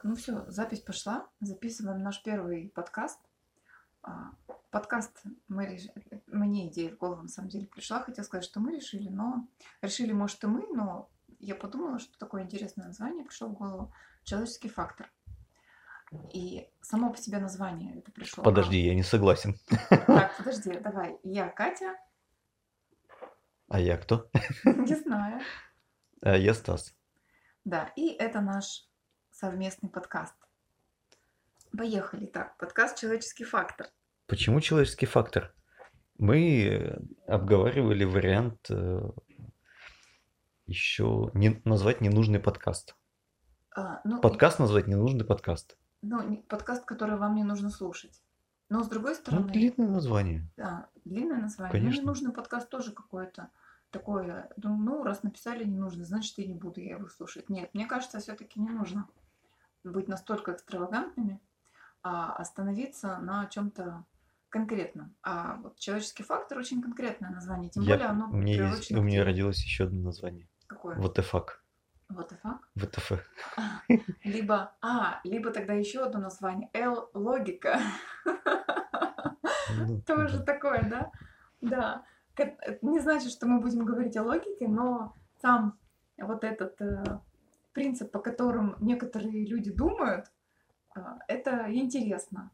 Так, ну все, запись пошла. Записываем наш первый подкаст. А, Подкаст мне идея в голову на самом деле пришла. Хотела сказать, что мы решили, но решили, может, и мы, но я подумала, что такое интересное название пришло в голову. Человеческий фактор. И само по себе название это пришло. Подожди, я не согласен. Так, подожди, давай. Я Катя. А я кто? Не знаю. Я Стас. Да, и это наш совместный подкаст. Поехали. Так, подкаст «Человеческий фактор». Почему человеческий фактор? Мы обговаривали вариант еще назвать ненужный подкаст. Подкаст назвать ненужный подкаст. Подкаст, который вам не нужно слушать. Но с другой стороны... длинное название. Да, длинное название. Конечно. Но ненужный подкаст тоже какое-то такое. Раз написали не нужно, значит, и не буду я его слушать. Нет, мне кажется, все-таки не нужно быть настолько экстравагантными, а остановиться на чем-то конкретном. А вот человеческий фактор очень конкретное название. Тем более оно приурочено у меня родилось еще одно название. Какое? What the fuck. What the fuck? WTF. Либо тогда еще одно название. Логика. Тоже такое, да? Да. Не значит, что мы будем говорить о логике, но сам вот этот принцип, по которым некоторые люди думают, это интересно.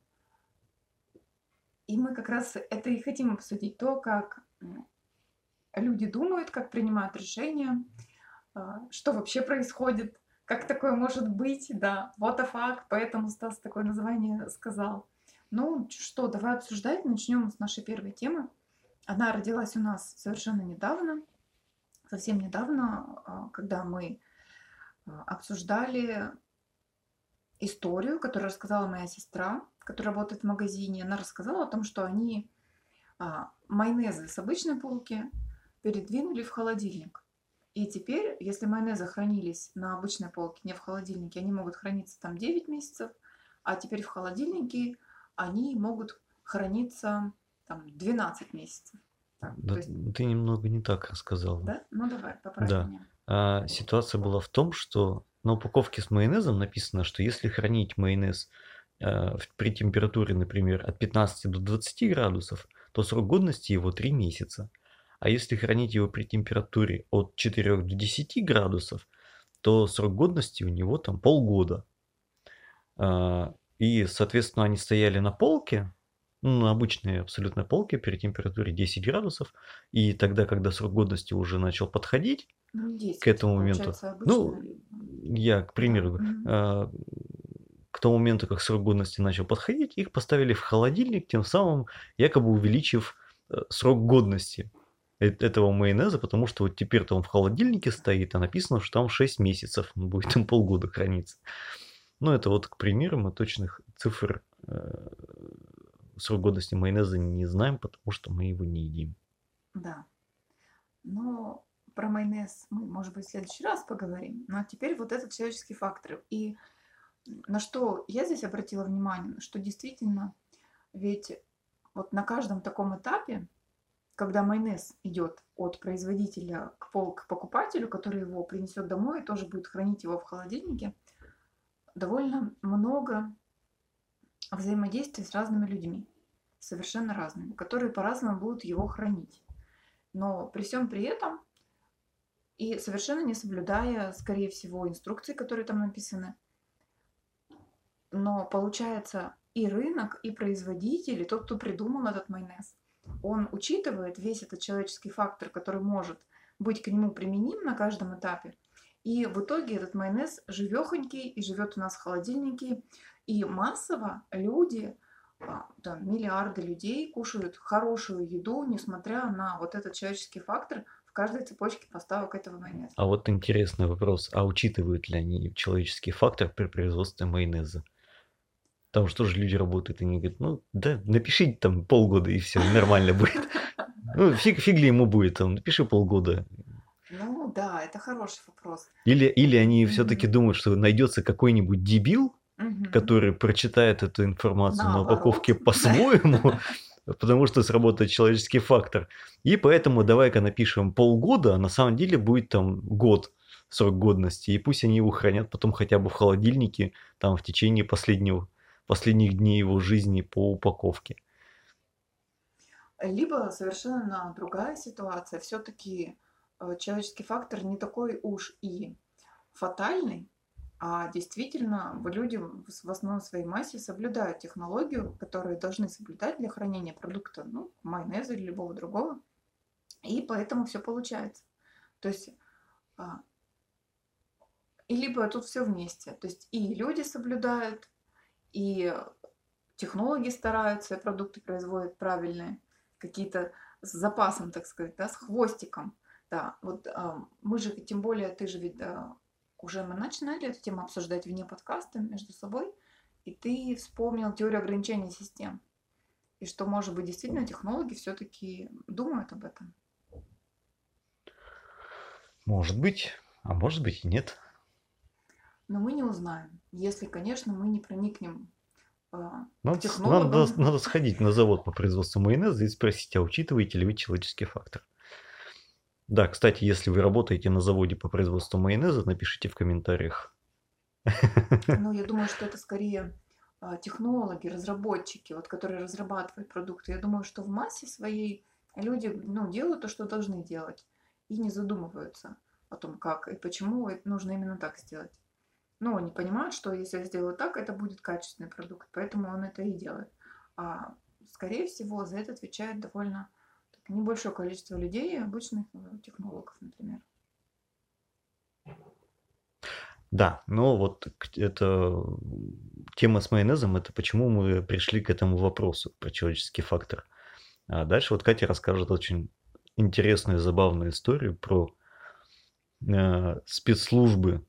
И мы как раз это и хотим обсудить. То, как люди думают, как принимают решения, что вообще происходит, как такое может быть, да, what the fuck, поэтому Стас такое название сказал. Ну что, давай обсуждать, начнем с нашей первой темы. Она родилась у нас совершенно недавно, совсем недавно, когда мы обсуждали историю, которую рассказала моя сестра, которая работает в магазине. Она рассказала о том, что они майонезы с обычной полки передвинули в холодильник. И теперь, если майонезы хранились на обычной полке, не в холодильнике, они могут храниться там 9 месяцев, а теперь в холодильнике они могут храниться там 12 месяцев. Так, да, есть... Ты немного не так рассказала. Да? Ну давай, поправь меня. Ситуация была в том, что на упаковке с майонезом написано, что если хранить майонез при температуре, например, от 15 до 20 градусов, то срок годности его 3 месяца. А если хранить его при температуре от 4 до 10 градусов, то срок годности у него там полгода. И, соответственно, они стояли на полке, на обычной абсолютной полке при температуре 10 градусов. И тогда, когда срок годности уже начал подходить 10, к этому моменту, я, к примеру, к тому моменту, как срок годности начал подходить, их поставили в холодильник, тем самым якобы увеличив срок годности этого майонеза, потому что вот теперь-то он в холодильнике стоит, а написано, что там 6 месяцев, он будет там полгода храниться. Ну, это вот к примеру, мы точных цифр срок годности майонеза не знаем, потому что мы его не едим. Да. Но про майонез мы, может быть, в следующий раз поговорим. Но теперь вот этот человеческий фактор. И на что я здесь обратила внимание, что действительно, ведь вот на каждом таком этапе, когда майонез идет от производителя к покупателю, который его принесет домой и тоже будет хранить его в холодильнике, довольно много взаимодействия с разными людьми, совершенно разными, которые по-разному будут его хранить. Но при всем при этом и совершенно не соблюдая, скорее всего, инструкции, которые там написаны. Но получается и рынок, и производитель, и тот, кто придумал этот майонез, он учитывает весь этот человеческий фактор, который может быть к нему применим на каждом этапе. И в итоге этот майонез живехонький и живет у нас в холодильнике. И массово люди, там, миллиарды людей кушают хорошую еду, несмотря на вот этот человеческий фактор в каждой цепочке поставок этого майонеза. А вот интересный вопрос. А учитывают ли они человеческий фактор при производстве майонеза? Там что же люди работают, и они говорят, напишите там полгода, и все, нормально будет. Фиг ли ему будет, там, напиши полгода. Ну да, это хороший вопрос. Или они все-таки думают, что найдется какой-нибудь дебил, который прочитает эту информацию на упаковке по-своему, потому что сработает человеческий фактор. И поэтому давай-ка напишем полгода, а на самом деле будет там год. срок годности, и пусть они его хранят потом хотя бы в холодильнике, там в течение последних дней его жизни по упаковке. Либо совершенно другая ситуация. Все-таки человеческий фактор не такой уж и фатальный, а действительно люди в основной своей массе соблюдают технологию, которую должны соблюдать для хранения продукта, ну, майонеза или любого другого, и поэтому все получается. То есть и либо тут все вместе, то есть и люди соблюдают, и технологи стараются, и продукты производят правильные, какие-то с запасом, так сказать, да, с хвостиком. Да, вот мы же, тем более, ты же ведь уже мы начинали эту тему обсуждать вне подкаста между собой, и ты вспомнил теорию ограничения систем. И что, может быть, действительно технологи все-таки думают об этом. Может быть, а может быть и нет. Но мы не узнаем, если, конечно, мы не проникнем к Надо технологам. сходить на завод по производству майонеза и спросить, а учитываете ли вы человеческий фактор? Да, кстати, если вы работаете на заводе по производству майонеза, напишите в комментариях. Ну, я думаю, что это скорее технологи, разработчики, вот, которые разрабатывают продукты. Я думаю, что в массе своей люди, ну, делают то, что должны делать, и не задумываются о том, как и почему это нужно именно так сделать. Ну, они понимают, что если я сделаю так, это будет качественный продукт, поэтому он это и делает. А скорее всего, за это отвечает довольно небольшое количество людей, обычных технологов, например. Да, но вот это тема с майонезом, это почему мы пришли к этому вопросу про человеческий фактор. А дальше вот Катя расскажет очень интересную, забавную историю про спецслужбы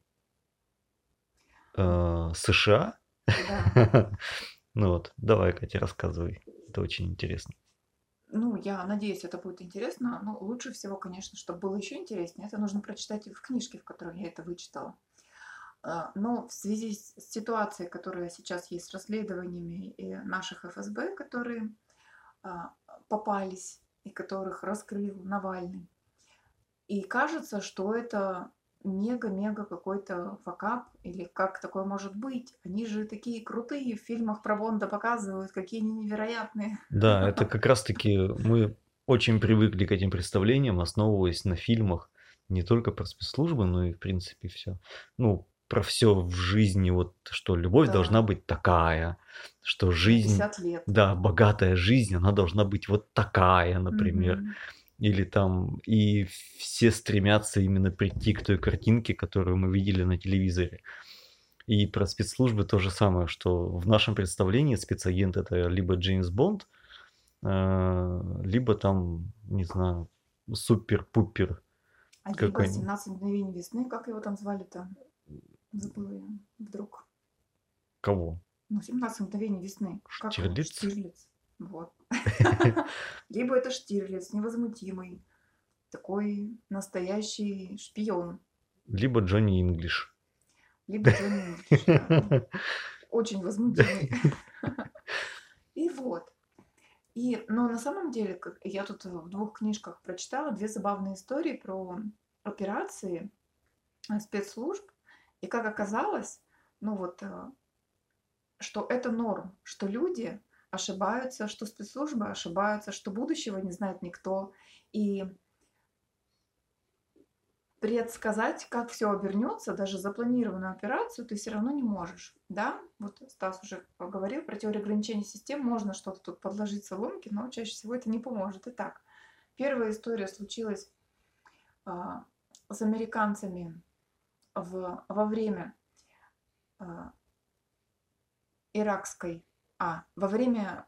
США. Да. Ну вот, давай, Катя, рассказывай. Это очень интересно. Ну, я надеюсь, это будет интересно. Но лучше всего, конечно, чтобы было еще интереснее, это нужно прочитать в книжке, в которой я это вычитала. Но в связи с ситуацией, которая сейчас есть с расследованиями наших ФСБ, которые попались и которых раскрыл Навальный, и кажется, что это мега-мега какой-то факап, или как такое может быть? Они же такие крутые, в фильмах про Бонда показывают, какие они невероятные. Да, это как раз-таки мы очень привыкли к этим представлениям, основываясь на фильмах не только про спецслужбы, но и в принципе все. Ну, про все в жизни, вот что любовь Да, должна быть такая, что на жизнь, 50 лет. да, богатая жизнь, она должна быть вот такая, например. Мгм. Или там, и все стремятся именно прийти к той картинке, которую мы видели на телевизоре. И про спецслужбы то же самое, что в нашем представлении спецагент это либо Джеймс Бонд, либо там, не знаю, супер-пупер А либо какой-нибудь. 17 мгновений весны, как его там звали-то? Забыла я вдруг. Кого? Ну, 17 мгновений весны. Как его? Штирлиц? Штирлиц. Вот. Либо это Штирлиц, невозмутимый, такой настоящий шпион. Либо Джонни Инглиш. Либо Джонни Инглиш, да. Очень возмутимый. И вот. Но на самом деле, я тут в 2 книжках прочитала 2 забавные истории про операции спецслужб. И как оказалось, ну вот, что это норм, что люди ошибаются, что спецслужбы ошибаются, что будущего не знает никто. И предсказать, как все обернется, даже запланированную операцию, ты все равно не можешь. Да, вот Стас уже поговорил про теорию ограничения систем, можно что-то тут подложить соломки, но чаще всего это не поможет. Итак, первая история случилась с американцами во время во время,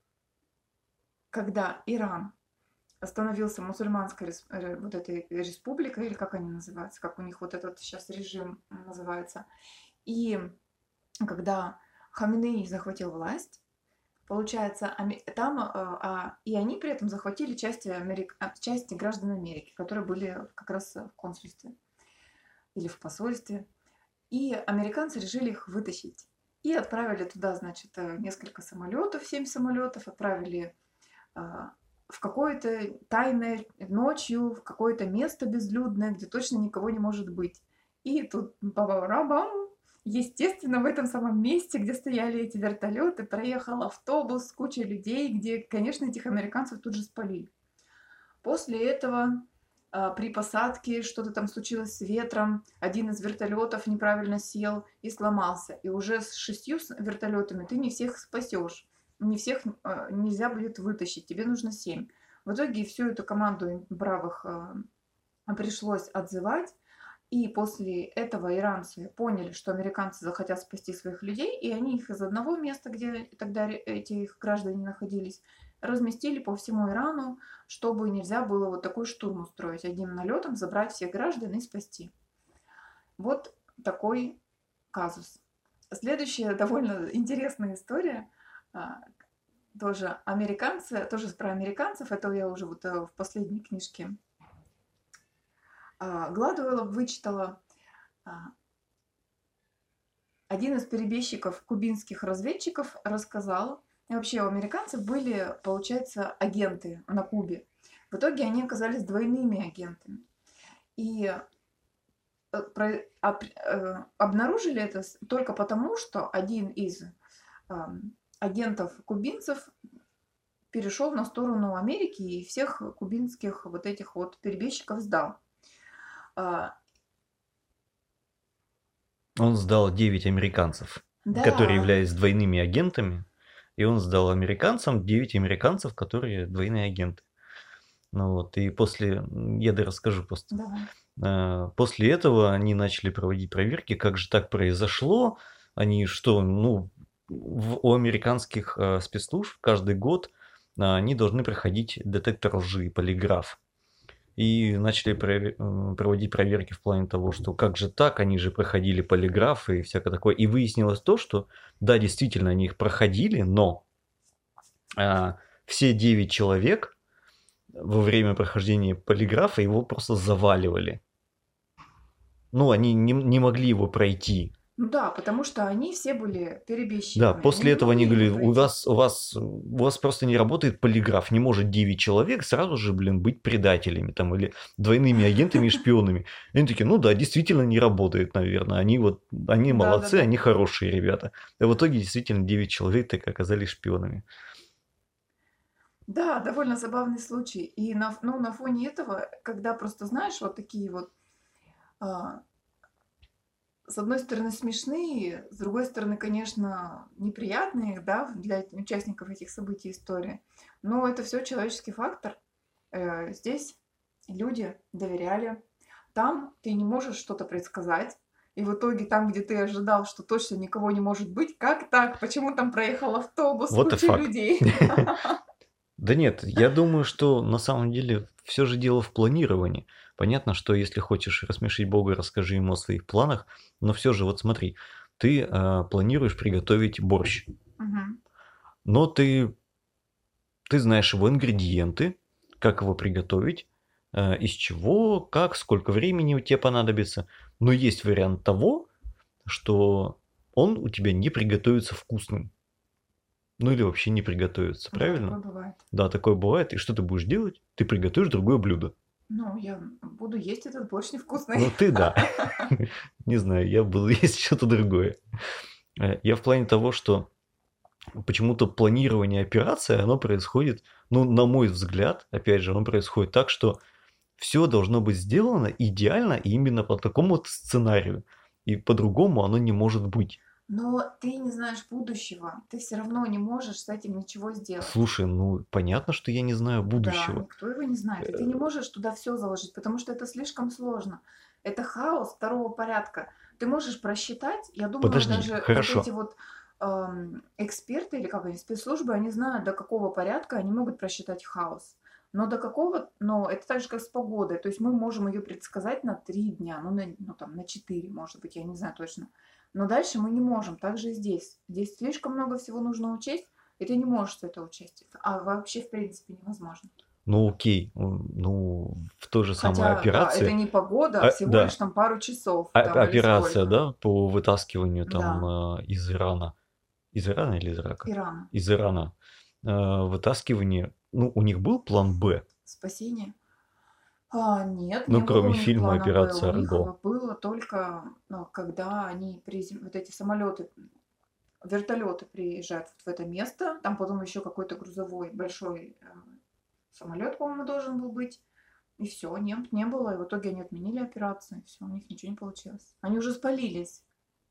когда Иран становился мусульманской вот этой республикой, или как они называются, как у них вот этот сейчас режим называется. И когда Хаминеи захватил власть, получается, там, и они при этом захватили части граждан Америки, которые были как раз в консульстве или в посольстве. И американцы решили их вытащить. И отправили туда, значит, несколько самолетов, 7 самолетов, отправили в какое-то тайное ночью, в какое-то место безлюдное, где точно никого не может быть. И тут ба-ба-ра-бам! Естественно, в этом самом месте, где стояли эти вертолеты, проехал автобус с кучей людей, где, конечно, этих американцев тут же спалили. После этого при посадке что-то там случилось с ветром, один из вертолетов неправильно сел и сломался. И уже с 6 вертолетами ты не всех спасешь, не всех нельзя будет вытащить, тебе нужно 7. В итоге всю эту команду бравых пришлось отзывать. И после этого иранцы поняли, что американцы захотят спасти своих людей, и они их из одного места, где тогда эти их граждане находились, разместили по всему Ирану, чтобы нельзя было вот такой штурм устроить, одним налетом забрать всех граждан и спасти. Вот такой казус. Следующая довольно интересная история. Тоже американцы, тоже про американцев, это я уже вот в последней книжке Гладуэлла вычитала. Один из перебежчиков кубинских разведчиков рассказал, и вообще у американцев были, получается, агенты на Кубе. В итоге они оказались двойными агентами. И обнаружили это только потому, что один из агентов кубинцев перешел на сторону Америки и всех кубинских вот этих вот перебежчиков сдал. Он сдал 9 американцев, которые Да, являлись двойными агентами, и он сдал американцам 9 американцев, которые двойные агенты. Ну вот, и после, я расскажу просто. давай. После этого они начали проводить проверки, как же так произошло. Они что, у американских спецслужб каждый год они должны проходить детектор лжи, полиграф. И начали проводить проверки в плане того, что как же так, они же проходили полиграф и всякое такое. И выяснилось то, что да, действительно, они их проходили, но все 9 человек во время прохождения полиграфа его просто заваливали. Ну, они не могли его пройти. Ну да, потому что они все были перебежчиками. Да, после этого они говорили, у вас... вас просто не работает полиграф, не может 9 человек сразу же, быть предателями там или двойными агентами и шпионами. И они такие, ну да, действительно не работает, наверное. Они молодцы, они хорошие ребята. И в итоге действительно 9 человек так оказались шпионами. Да, довольно забавный случай. И на фоне этого, когда просто знаешь, вот такие вот с одной стороны смешные, с другой стороны, конечно, неприятные, да, для участников этих событий истории. Но это все человеческий фактор. Здесь люди доверяли. Там ты не можешь что-то предсказать. И в итоге там, где ты ожидал, что точно никого не может быть, как так? Почему там проехал автобус с кучей людей? Да нет, я думаю, что на самом деле все же дело в планировании. Понятно, что если хочешь рассмешить Бога, расскажи ему о своих планах, но все же вот смотри, ты планируешь приготовить борщ, но ты знаешь его ингредиенты, как его приготовить, из чего, как, сколько времени у тебя понадобится. Но есть вариант того, что он у тебя не приготовится вкусным. Ну или вообще не приготовится, правильно? Такое бывает. Да, такое бывает. И что ты будешь делать? Ты приготовишь другое блюдо. Ну, я буду есть этот борщ невкусный. Ну ты да. Не знаю, я буду есть что-то другое. Я в плане того, что почему-то планирование операции, оно происходит, ну, на мой взгляд, опять же, оно происходит так, что все должно быть сделано идеально и именно по такому сценарию. И по-другому оно не может быть. Но ты не знаешь будущего. Ты все равно не можешь с этим ничего сделать. Слушай, ну понятно, что я не знаю будущего. Да, никто его не знает. И ты не можешь туда все заложить, потому что это слишком сложно. Это хаос второго порядка. Ты можешь просчитать, я думаю, Подожди, даже хорошо. вот эти вот эксперты или как они, спецслужбы, они знают, до какого порядка они могут просчитать хаос. Но до какого, но это так же, как с погодой. То есть мы можем ее предсказать на 3 дня, там, на 4, может быть, я не знаю точно. Но дальше мы не можем. Так же и здесь. Здесь слишком много всего нужно учесть, и ты не можешь это учесть. А вообще, в принципе, невозможно. Ну окей, ну в той же самой Хотя, да, операции. это не погода, а всего лишь там пару часов. Там, или Операция, сколько. да, по вытаскиванию там Да. из Ирана. Из Ирана или из Ирака? Ирана. Из Ирана. Вытаскивание. Ну, у них был план Б. Спасение. Нет, не Ну, было кроме у них фильма плана Б. У «Операция них Арго». было только, когда они вот эти самолеты, вертолеты приезжают вот в это место. Там потом еще какой-то грузовой большой самолет, по-моему, должен был быть. И все, не было. И в итоге они отменили операцию. Все, у них ничего не получилось. Они уже спалились.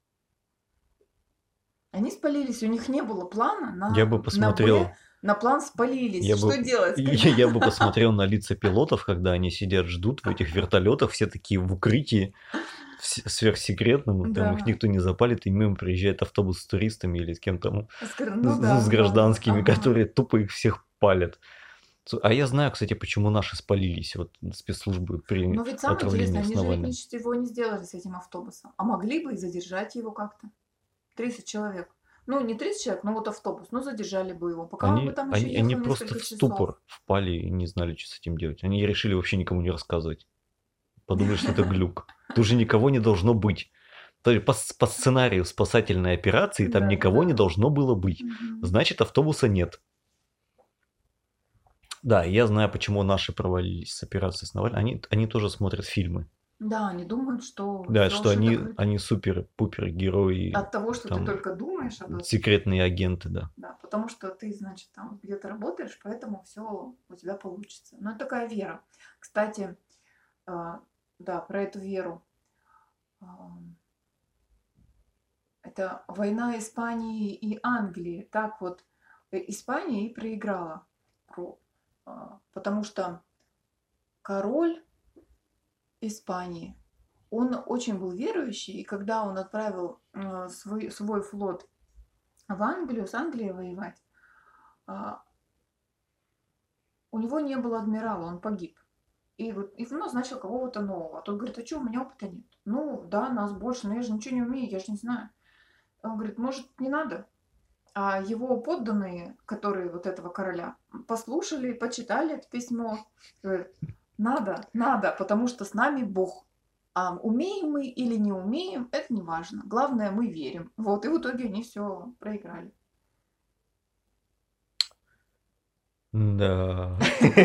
Они спалились, у них не было плана Я бы на Б, посмотрел, на план спалились. я бы, Что делать, когда... я бы посмотрел на лица пилотов, когда они сидят, ждут в этих вертолетах, все такие в укрытии, сверхсекретном, там их Да, никто не запалит, и мимо приезжает автобус с туристами или с кем там, ну да, с да, да, гражданскими, ага. которые тупо их всех палят. А я знаю, кстати, почему наши спалились, вот спецслужбы при Но ведь самое интересное, отравлении с они же ведь Навальным. ничего не сделали с этим автобусом. А могли бы и задержать его как-то. 30 человек. Ну, не 30 человек, но вот автобус. Ну, задержали бы его. Пока он бы там еще Они ехал просто несколько в часов. ступор впали и не знали, что с этим делать. Они решили вообще никому не рассказывать. Подумали, что это глюк. Тут же никого не должно быть. То есть по сценарию спасательной операции там Да, никого не да. должно было быть. Мгм. Значит, автобуса нет. Да, я знаю, почему наши провалились с операцией с Навальным. Они тоже смотрят фильмы. Да, они думают, что Да, все что шито-крыто. они супер-пупер герои, От того, что ты там, только думаешь об этом. секретные агенты, да. Да, потому что ты, значит, там где-то работаешь, поэтому все у тебя получится. Ну, это такая вера. Кстати, да, про эту веру. А, Это война Испании и Англии. Так вот, Испания и проиграла. Потому что король Испании, он очень был верующий, и когда он отправил свой флот в Англию, с Англией воевать, а, у него не было адмирала, он погиб. И вот и назначил кого-то нового. А тот говорит, а что, у меня опыта нет. Ну, да, нас больше, но я же ничего не умею, я же не знаю. Он говорит, может, не надо? А его подданные, которые вот этого короля, послушали, почитали это письмо. Говорят, надо, потому что с нами Бог. А умеем мы или не умеем, это не важно. Главное, мы верим. Вот, и в итоге они все проиграли. Да.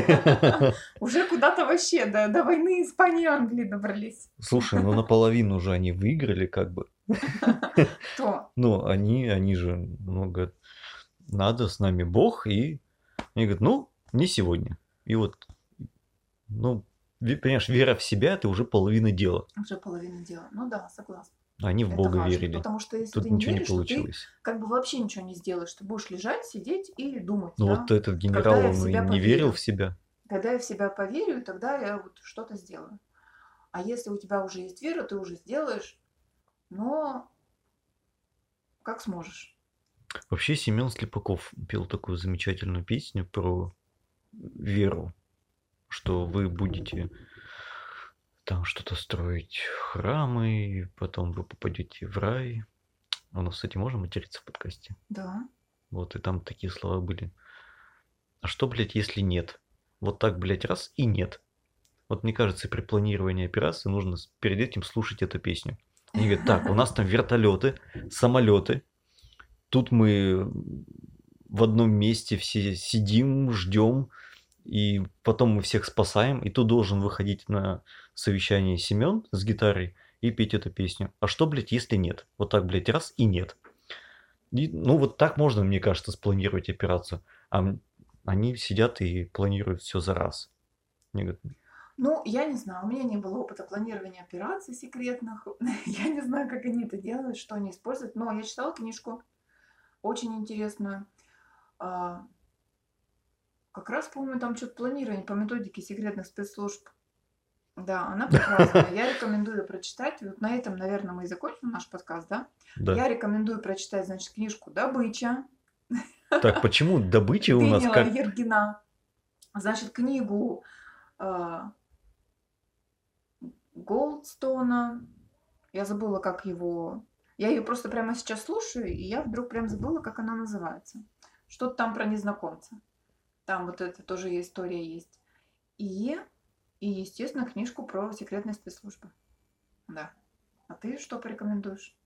Уже куда-то вообще до войны Испании и Англии добрались. Слушай, ну наполовину же они выиграли, как бы. Кто? Ну, они же, ну, говорят, надо, с нами Бог, и они говорят, ну, не сегодня. И вот, ну, понимаешь, вера в себя – это уже половина дела. Уже половина дела. Ну да, согласна. Они в Это Бога важно, верили. потому что если Тут ты не ничего не веришь, то ты получилось. как бы вообще ничего не сделаешь. Ты будешь лежать, сидеть и думать, Ну вот да, этот когда генерал, я в он и себя не верил поверю. в себя. Когда я в себя поверю, тогда я вот что-то сделаю. А если у тебя уже есть вера, ты уже сделаешь, но как сможешь. Вообще Семен Слепаков пел такую замечательную песню про веру, что вы будете там что-то строить, храмы, потом вы попадете в рай. У нас, кстати, можно материться в подкасте? Да. Вот, и там такие слова были. А что, блядь, если нет? Вот так, блядь, раз и нет. Вот мне кажется, при планировании операции нужно перед этим слушать эту песню. Они говорят, так, у нас там вертолеты, самолеты. Тут мы в одном месте все сидим, ждем, и потом мы всех спасаем. И тут должен выходить на совещание Семен с гитарой и петь эту песню. А что, блядь, если нет? Вот так, блядь, раз и нет. И, ну, вот так можно, мне кажется, спланировать операцию. А они сидят и планируют все за раз. Мне говорят, Ну, я не знаю, у меня не было опыта планирования операций секретных. Я не знаю, как они это делают, что они используют. Но я читала книжку очень интересную. А, Как раз, по-моему, там что-то планирование по методике секретных спецслужб. Да, она прекрасная. Я рекомендую прочитать. Вот на этом, наверное, мы и закончим наш подкаст, да? да. Я рекомендую прочитать, значит, книжку «Добыча» Так, почему добыча у нас Дэниела как... Ергина. Значит, книгу Голдстона. Я забыла, как его... Я ее просто прямо сейчас слушаю, и я вдруг прям забыла, как она называется. Что-то там про незнакомца. Там вот это тоже история есть. И, естественно, книжку про секретные спецслужбы. Да. А ты что порекомендуешь?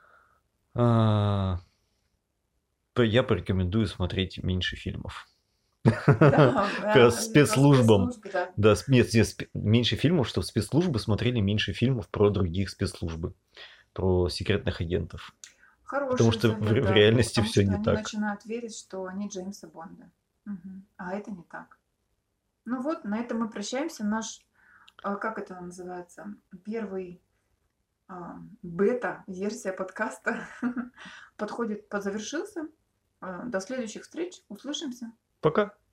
Я порекомендую смотреть меньше фильмов. Да, Про про спецслужбам. спецслужбы, да. Да, меньше фильмов, чтобы спецслужбы смотрели меньше фильмов про других спецслужбы, про секретных агентов. Потому Хороший что совет, в да, реальности потому все что не они так. начинают верить, что они Джеймса Бонда. А это не так. Ну вот, на этом мы прощаемся. Наш, как это называется, первый бета-версия подкаста подходит, подзавершился. До следующих встреч. Услышимся. Пока.